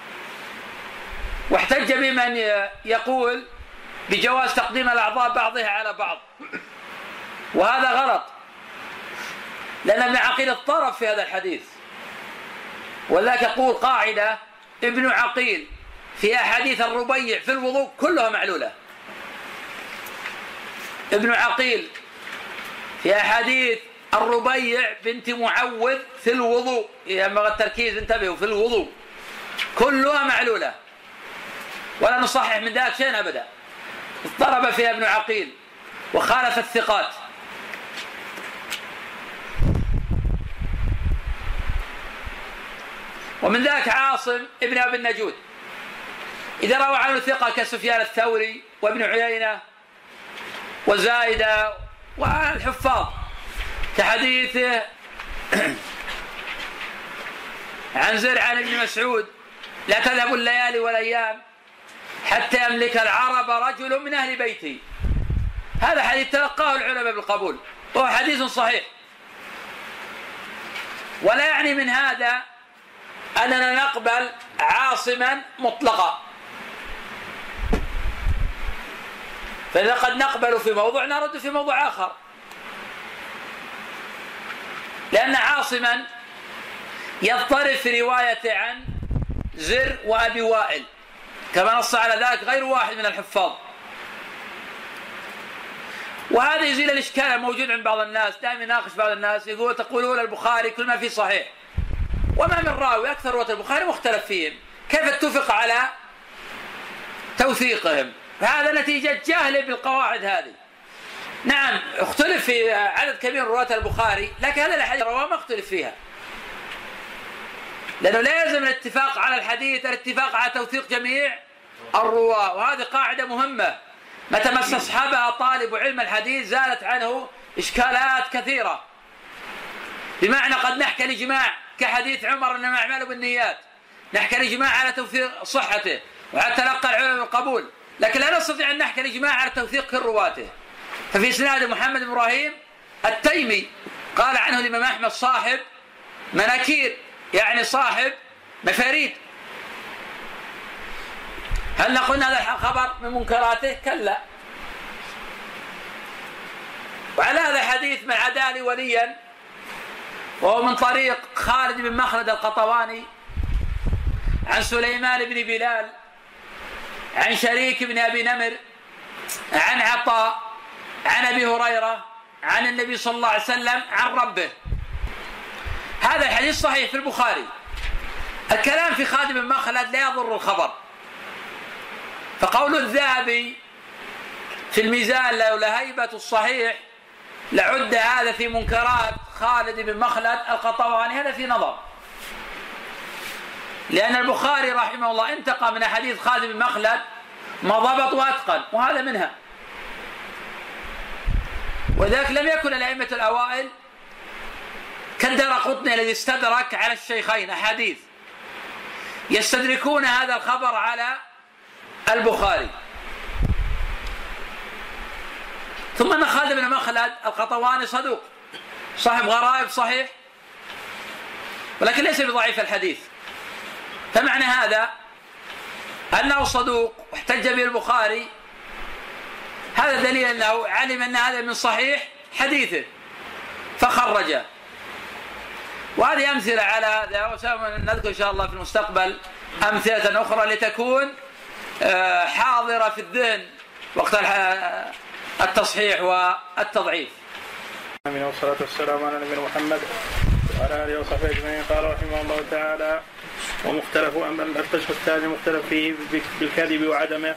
واحتج بمن يقول بجواز تقديم الأعضاء بعضها على بعض، وهذا غلط، لأن ابن عقيل اضطرب في هذا الحديث. ولذلك يقول قاعدة: ابن عقيل في أحاديث الربيع في الوضوء كلها معلولة. ابن عقيل في أحاديث الربيع بنت معوذ في الوضوء، ينبغي التركيز، انتبهوا، في الوضوء كلها معلولة ولا نصحح من ذلك شيء أبدا. اضطرب فيها ابن عقيل وخالف الثقات. ومن ذلك عاصم ابن أبي النجود إذا روى عنه ثقة كسفيان الثوري وابن عيينة وزايدة والحفاظ، كحديثه عن زرع عن ابن مسعود: لا تذهب الليالي والأيام حتى يملك العرب رجل من أهل بيتي. هذا حديث تلقاه العلماء بالقبول وهو حديث صحيح، ولا يعني من هذا أننا نقبل عاصما مطلقا، فإذا قد نقبل في موضوع نرد في موضوع آخر، لأن عاصما يضطرب في رواية عن زر وأبي وائل كما نص على ذلك غير واحد من الحفاظ. وهذا يزيل الإشكال الموجود عند بعض الناس، دائما يناقش بعض الناس يقول: تقولون البخاري كل ما فيه صحيح، وما من راوي أكثر رواة البخاري مختلف فيهم، كيف اتفق على توثيقهم؟ فهذا نتيجة جهل بالقواعد هذه. نعم اختلف في عدد كبير من رواة البخاري، لكن هذا الحديث رواه ما اختلف فيها، لأنه لا يلزم الاتفاق على الحديث الاتفاق على توثيق جميع الرواة، وهذه قاعدة مهمة متى مس أصحابها طالب علم الحديث زالت عنه إشكالات كثيرة. بمعنى قد نحكي الإجماع كحديث عمر إنما الأعمال بالنيات، نحكي الإجماع على توثيق صحته وعلى تلقى العلم بالقبول، لكن لا نستطيع أن نحكي الإجماع على توثيق كل رواته. ففي إسناد محمد بن إبراهيم التيمي قال عنه الإمام أحمد صاحب مناكير، يعني صاحب مفاريد. هل نقول هذا الخبر من منكراته؟ كلا. وعلى هذا الحديث من عداني وليا وهو من طريق خالد بن مخلد القطواني عن سليمان بن بلال عن شريك بن أبي نمر عن عطاء عن أبي هريرة عن النبي صلى الله عليه وسلم عن ربه. هذا الحديث صحيح في البخاري. الكلام في خالد بن مخلد لا يضر الخبر، فقول الذهبي في الميزان لولا هيبة الصحيح لعد هذا في منكرات خالد بن مخلد القطواني، هذا في نظر، لأن البخاري رحمه الله انتقى من حديث خالد بن مخلد ما ضبط وأتقن، وهذا منها. وذلك لم يكن الأئمة الأوائل كالدرقطني الذي استدرك على الشيخين أحاديث يستدركون هذا الخبر على البخاري. ثم أن خالد بن مخلد القطواني صدوق صاحب غرائب صحيح، ولكن ليس بضعيف الحديث. فمعنى هذا أنه صدوق واحتج به البخاري، هذا دليل أنه علم أن هذا من صحيح حديثه فخرجه. وهذه أمثلة على هذا، وسنذكر إن شاء الله في المستقبل أمثلة أخرى لتكون حاضرة في الذهن وقت التصحيح والتضعيف. والصلاة والسلام على نبينا محمد وعلى آله وصحبه أجمعين. قال رحمه الله تعالى: ومختلف أما القسم الثاني مختلف فيه بالكذب وعدمه.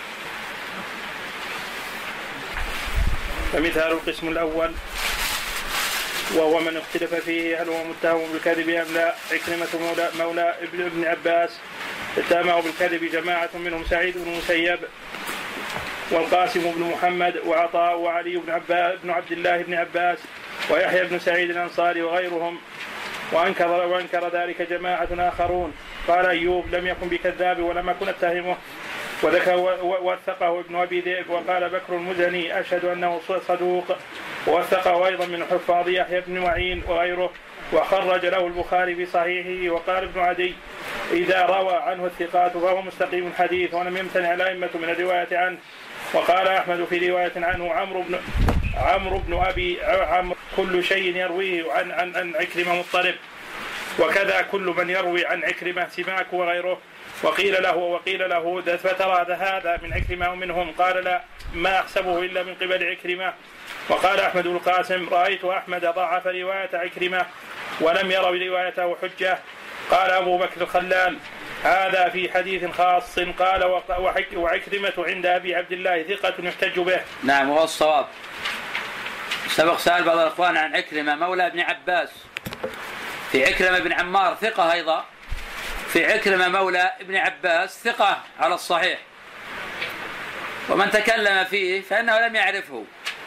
فمثال القسم الأول وهو من اختلف فيه هل هو متهم بالكذب أم لا. عكرمة مولى ابن عباس اتهمه بالكذب جماعة منهم سعيد بن المسيب والقاسم بن محمد وعطاء وعلي بن عبد الله بن عباس ويحيى بن سعيد الأنصاري وغيرهم، وأنكر ذلك جماعة آخرون. قال أيوب: لم يكن بكذاب ولم أكن أتهمه، ووثقه ابن أبي ذئب. وقال بكر المزني: أشهد أنه صدوق، ووثقه أيضا من حفاظ يحيى بن معين وغيره، وخرج له البخاري في صحيحه. وقال ابن عدي: إذا روى عنه الثقات فهو مستقيم الحديث، ولم يمتنع الأئمة من الرواية عنه. وقال أحمد في رواية عنه: عمرو بن أبي عمرو كل شيء يرويه عن عكرمة مضطرب، وكذا كل من يروي عن عكرمة سماك وغيره. وقيل له فترى هذا من عكرمة ومنهم؟ قال: لا، ما أحسبه إلا من قبل عكرمة. وقال أحمد بن القاسم: رأيت أحمد ضعف رواية عكرمة ولم يروا روايته حجة. قال أبو بكر الخلال: هذا في حديث خاص. قال: وعكرمة عند أبي عبد الله ثقة يحتج به. نعم، وهو الصواب. سبق سأل بعض الأخوان عن عكرمة مولى ابن عباس، في عكرمة بن عمار ثقة أيضا، في عكرمة مولى ابن عباس ثقة على الصحيح، ومن تكلم فيه فإنه لم يعرفه،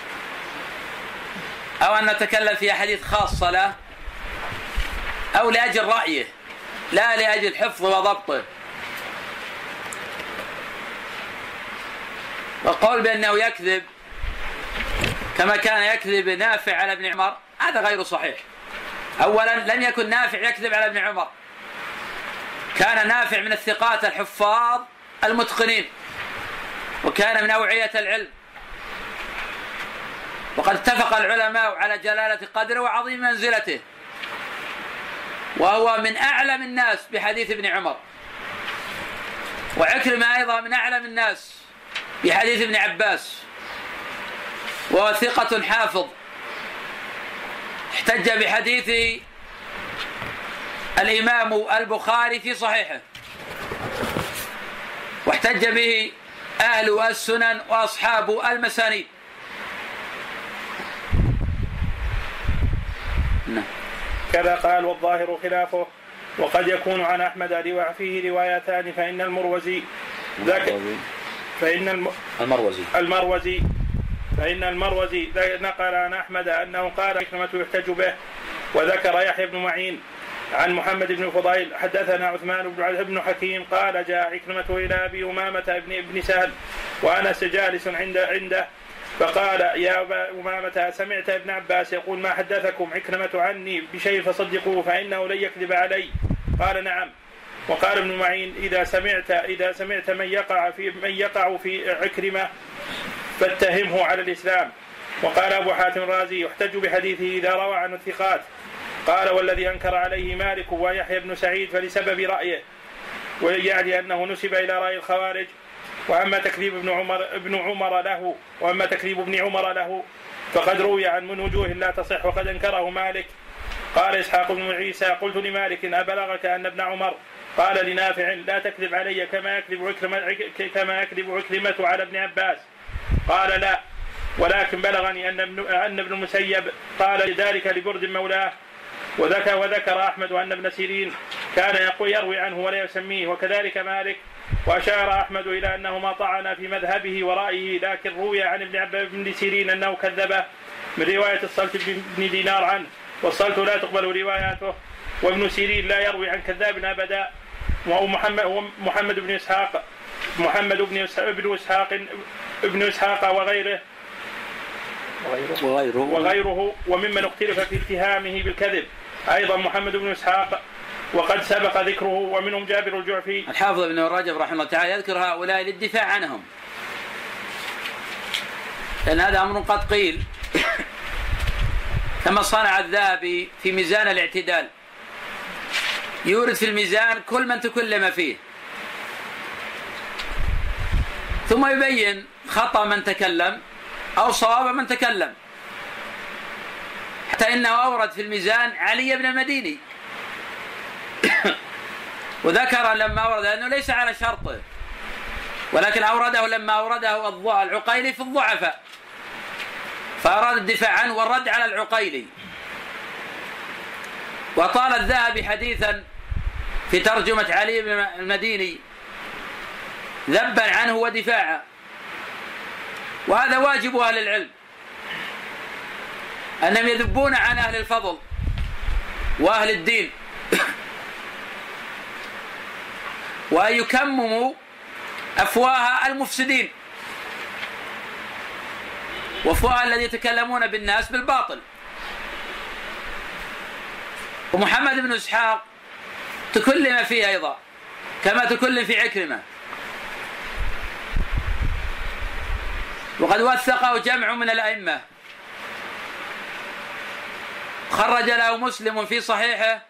أو أن نتكلم في حديث خاصة له، أو لأجل رأيه لا لأجل حفظه وضبطه. والقول بأنه يكذب كما كان يكذب نافع على ابن عمر هذا غير صحيح. أولا لم يكن نافع يكذب على ابن عمر، كان نافع من الثقات الحفاظ المتقنين، وكان من أوعية العلم، وقد اتفق العلماء على جلالة قدره وعظيم منزلته، وهو من أعلم الناس بحديث ابن عمر. وعكرمة أيضا من أعلم الناس بحديث ابن عباس، وهو ثقة حافظ، احتج بحديث الإمام البخاري في صحيحه، واحتج به أهل السنن وأصحاب المسانيد. كذا قال: والظاهر خلافه، وقد يكون عن أحمد فيه روايتان، فإن المروزي نقل عن أحمد أنه قال عكرمة يحتج به. وذكر يحيى بن معين عن محمد بن فضيل: حدثنا عثمان بن حكيم قال: جاء عكرمة إلى أبي أمامة ابن سهل وأنس جالس عنده، فقال: يا أبا أمامة، سمعت ابن عباس يقول: ما حدثكم عكرمة عني بشيء فصدقوه فإنه لن يكذب علي؟ قال: نعم. وقال ابن معين: إذا سمعت من يقع في عكرمة فاتهمه على الإسلام. وقال أبو حاتم الرازي: يحتج بحديثه إذا روى عنه الثقات. قال: والذي أنكر عليه مالك ويحيى بن سعيد فلسبب رأيه، ويعني أنه نسب إلى رأي الخوارج. وأما تكذيب ابن عمر له فقد روي عن من وجوه لا تصح وقد أنكره مالك. قال إسحاق بن عيسى: قلت لمالك: أبلغك أن ابن عمر قال لنافع: لا تكذب علي كما يكذب عكرمة على ابن عباس؟ قال: لا، ولكن بلغني أن ابن المسيب قال ذلك لبرد مولاه. وذكر أحمد أن ابن سيرين كان يروي عنه ولا يسميه، وكذلك مالك. وأشار أحمد إلى أنه ما طعن في مذهبه ورأيه، لكن روي عن ابن سيرين أنه كذبه من رواية الصلت بن دينار عنه، والصلت لا تقبل رواياته، وابن سيرين لا يروي عن كذاب أبدا. ومحمد بن إسحاق وغيره وغيره. وممن اختلف في اتهامه بالكذب أيضا محمد بن إسحاق وقد سبق ذكره، ومنهم جابر الجعفي. الحافظ ابن رجب رحمه الله تعالى يذكر هؤلاء للدفاع عنهم، لأن هذا أمر قد قيل، كما صنع الذهبي في ميزان الاعتدال، يورد في الميزان كل من تكلم فيه ثم يبين خطأ من تكلم أو صواب من تكلم، حتى إنه أورد في الميزان علي بن المديني وذكر لما أورد أنه ليس على شرطه، ولكن أورده لما أورده العقيلي في الضعفاء، فأراد الدفاع عنه والرد على العقيلي. وطال الذهبي حديثا في ترجمة علي بن المديني ذبا عنه ودفاعا، وهذا واجب أهل العلم أنهم يذبون عن أهل الفضل وأهل الدين، وأن يكمموا أفواه المفسدين وأفواه الذين يتكلمون بالناس بالباطل. ومحمد بن إسحاق تكلم فيه أيضا كما تكلم في عكرمة، وقد وثقه جمع من الأئمة، خرج له مسلم في صحيحه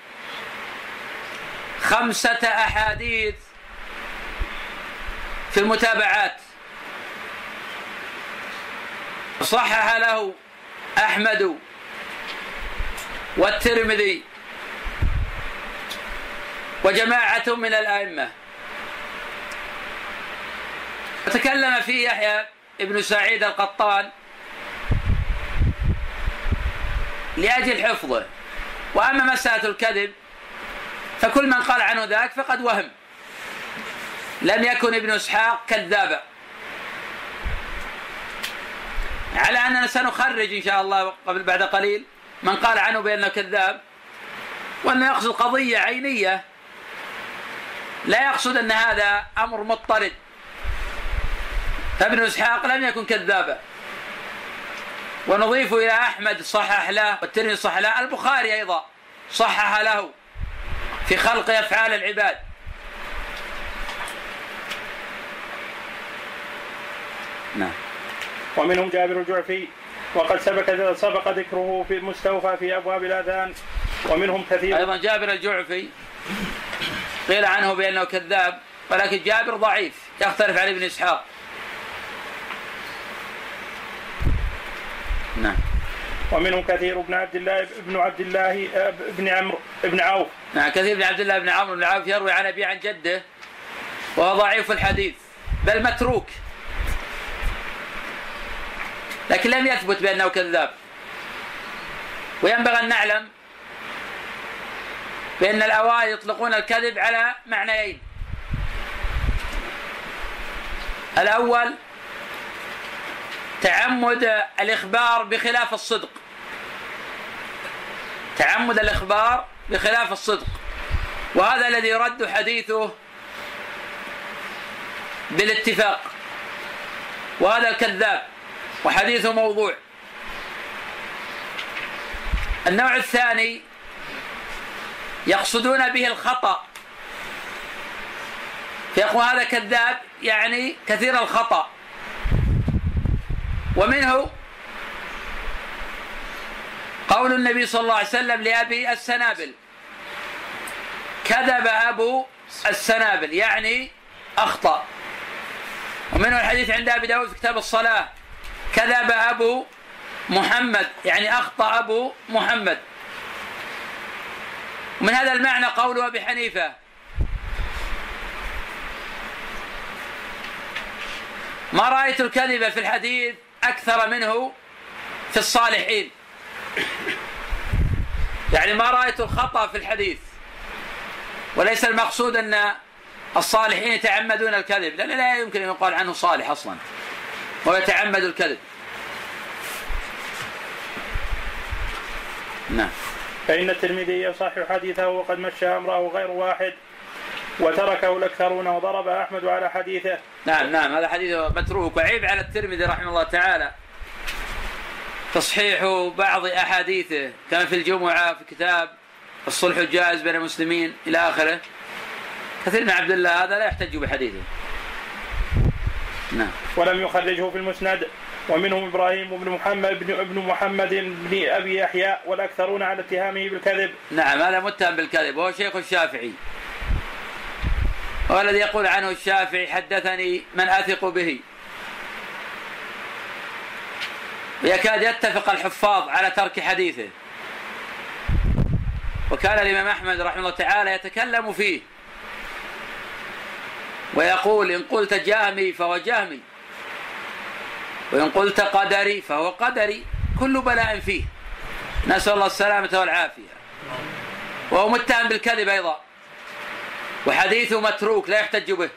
5 أحاديث في المتابعات، صحح له أحمد والترمذي وجماعة من الأئمة. وتكلم فيه يحيى ابن سعيد القطان لأجل حفظه. وأما مسألة الكذب فكل من قال عنه ذاك فقد وهم، لم يكن ابن إسحاق كذابا، على أننا سنخرج إن شاء الله بعد قليل من قال عنه بأنه كذاب، وأنه يقصد قضية عينية، لا يقصد أن هذا أمر مضطرد. فابن إسحاق لم يكن كذابا. ونضيف إلى أحمد صحح له، والترمذي صحح له، البخاري أيضا صحح له في خلق أفعال العباد. نعم. ومنهم جابر الجعفي وقد سبق ذكره في المستوفى في أبواب الآذان. ومنهم كثير أيضا جابر الجعفي قيل عنه بأنه كذاب، ولكن جابر ضعيف يختلف عن ابن إسحاق. نعم. ومنهم كثير بن عبد الله بن عمرو بن عوف. نعم، كثير بن عبد الله بن عمرو بن عوف يروي عن أبي عن جده وهو ضعيف الحديث بل متروك، لكن لم يثبت بأنه كذاب. وينبغي أن نعلم بأن الأوائل يطلقون الكذب على معنيين: الأول تعمد الإخبار بخلاف الصدق، تعمد الإخبار بخلاف الصدق، وهذا الذي يرد حديثه بالاتفاق، وهذا الكذاب وحديثه موضوع. النوع الثاني يقصدون به الخطأ، فيقول هذا كذاب يعني كثير الخطأ. ومنه قول النبي صلى الله عليه وسلم لأبي السنابل: كذب أبو السنابل، يعني أخطأ. ومنه الحديث عند أبي داود في كتاب الصلاة: كذب أبو محمد، يعني أخطأ أبو محمد. ومن هذا المعنى قول أبي حنيفة: ما رأيت الكذب في الحديث أكثر منه في الصالحين، يعني ما رأيت الخطأ في الحديث. وليس المقصود أن الصالحين يتعمدون الكذب، لأن لا يمكن أن يقال عنه صالح أصلا ويتعمد الكذب. نعم. فإن الترمذي يصحح حديثه وقد مشى أمره غير واحد وتركه الأكثرون، وضرب أحمد على حديثه. نعم هذا حديث متروك، وعيب على الترمذي رحمه الله تعالى تصحيح بعض أحاديثه كما في الجمعة في كتاب الصلح الجائز بين المسلمين إلى آخره. كثير من عبد الله هذا لا يحتج بحديثه. نعم. ولم يخرجه في المسند، ومنهم إبراهيم بن محمد بن أبي يحيى، والأكثرون على اتهامه بالكذب. نعم، هذا متهم بالكذب، وهو شيخ الشافعي، والذي يقول عنه الشافعي حدثني من أثق به. يكاد يتفق الحفاظ على ترك حديثه، وكان الإمام أحمد رحمه الله تعالى يتكلم فيه ويقول: إن قلت جهمي فهو جهمي، وإن قلت قدري فهو قدري، كل بلاء فيه، نسأل الله السلامة والعافية. وهو متهم بالكذب أيضا، وحديثه متروك لا يحتج به.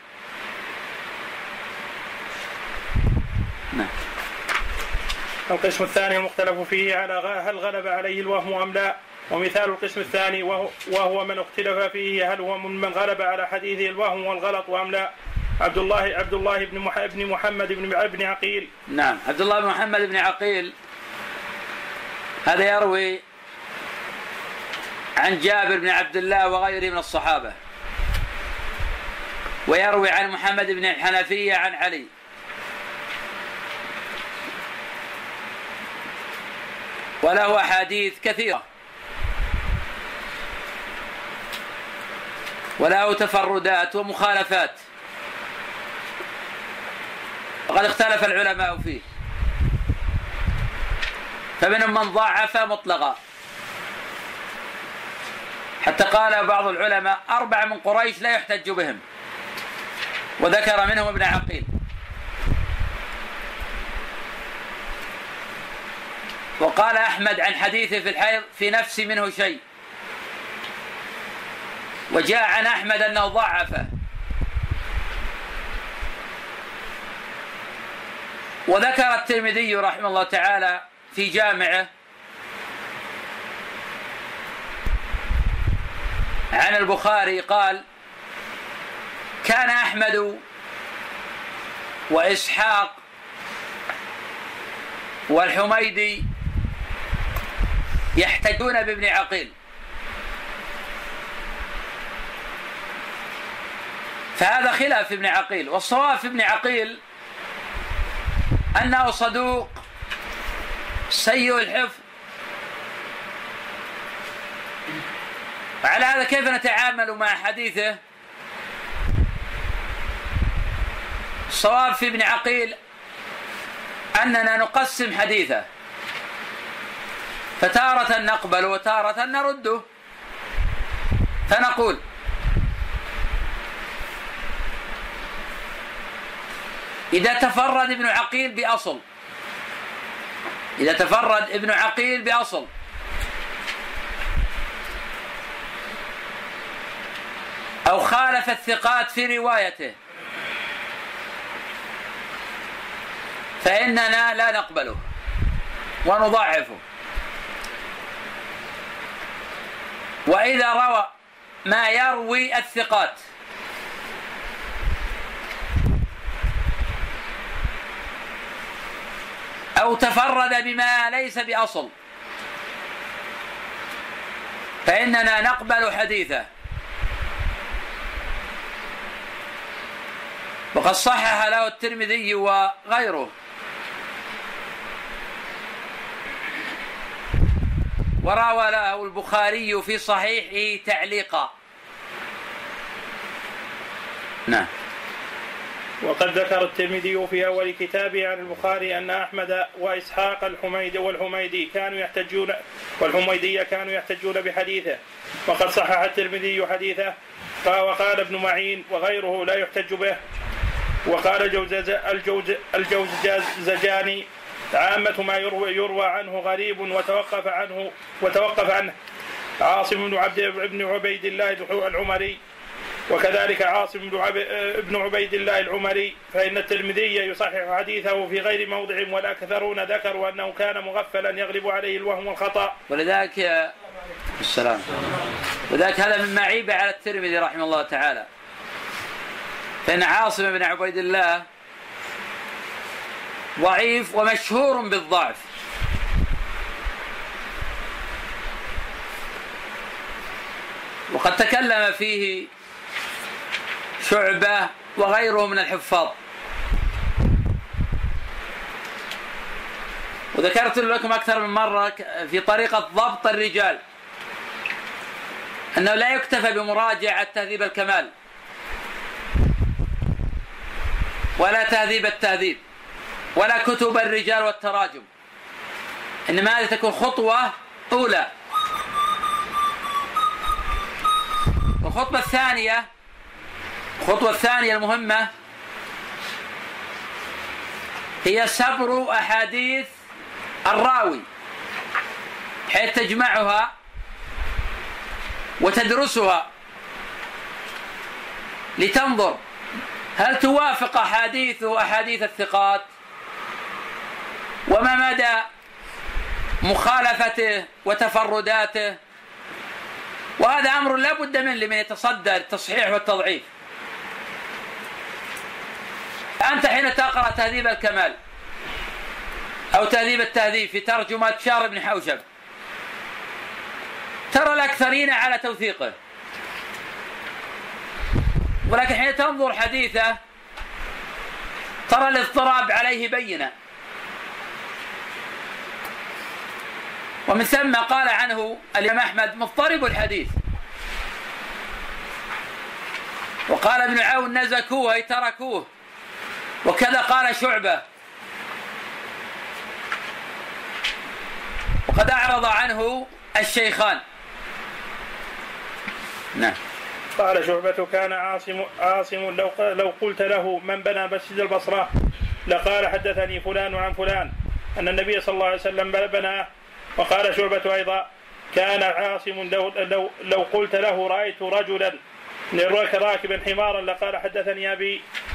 نعم. القسم الثاني المختلف فيه على هل غلب عليه الوهم أم لا. ومثال القسم الثاني وهو من اختلف فيه هل هو من غلب على حديثه الوهم والغلط أم لا. عبد الله بن محمد بن عقيل. نعم، عبد الله بن محمد بن عقيل هذا يروي عن جابر بن عبد الله وغيره من الصحابة، ويروي عن محمد بن الحنفية عن علي. وله أحاديث كثيرة، وله تفردات ومخالفات، وقد اختلف العلماء فيه، فمنهم من ضعف مطلقا، حتى قال بعض العلماء 4 من قريش لا يحتج بهم، وذكر منهم ابن عقيل. وقال أحمد عن حديثه في الحيض في نفسي منه شيء، وجاء عن أحمد أنه ضعفه. وذكر الترمذي رحمه الله تعالى في جامعه عن البخاري قال: كان أحمد وإسحاق والحميدي يحتجون بابن عقيل. فهذا خلاف ابن عقيل، والصواب في ابن عقيل أنه صدوق سيء الحفظ. وعلى هذا كيف نتعامل مع حديثه؟ الصواب في ابن عقيل أننا نقسم حديثه، فتارة نقبل وتارة نرده، فنقول: إذا تفرد ابن عقيل بأصل أو خالف الثقات في روايته فإننا لا نقبله ونضعفه. وإذا روى ما يروي الثقات أو تفرد بما ليس بأصل فإننا نقبل حديثه. وقد صحح له الترمذي وغيره، وروى له البخاري في صحيحه تعليقا. نعم. وقد ذكر الترمذي في أول كتابه عن البخاري أن أحمد وإسحاق والحميدية كانوا يحتجون بحديثه، وقد صحح الترمذي حديثه. وقال ابن معين وغيره لا يحتج به. وقال الجوزجاني: عامة ما يروى عنه غريب وتوقف عنه عاصم بن عبيد الله العمري، وكذلك عاصم بن عبيد الله العمري، فإن الترمذي يصحح حديثه في غير موضع، والأكثرون ذكروا أنه كان مغفلا يغلب عليه الوهم والخطأ. ولذلك هذا مما عيب على الترمذي رحمه الله تعالى، فإن عاصم بن عبيد الله ضعيف ومشهور بالضعف، وقد تكلم فيه شعبة وغيره من الحفاظ. وذكرت لكم أكثر من مرة في طريقة ضبط الرجال أنه لا يكتفى بمراجعة تهذيب الكمال ولا تهذيب التهذيب ولا كتب الرجال والتراجم، إنما هذه تكون خطوة أولى. الخطوة الثانية المهمة هي سبر أحاديث الراوي، حيث تجمعها وتدرسها لتنظر هل توافق أحاديث الثقات، وما مدى مخالفته وتفرداته. وهذا أمر لا بد منه لمن يتصدى التصحيح والتضعيف. أنت حين تقرأ تهذيب الكمال أو تهذيب التهذيب في ترجمة شار بن حوشب ترى الأكثرين على توثيقه، ولكن حين تنظر حديثه ترى الاضطراب عليه بينة. ومن ثم قال عنه الإمام أحمد مضطرب الحديث، وقال ابن عون نزكوه أي تركوه، وكذا قال شعبة، وقد أعرض عنه الشيخان. نعم. قال شعبة كان عاصم لو قلت له من بنى مسجد البصرة لقال حدثني فلان عن فلان أن النبي صلى الله عليه وسلم بناه. وقال شعبة أيضا كان عاصم لو قلت له رأيت رجلا راكبا حمارا لقال حدثني أبي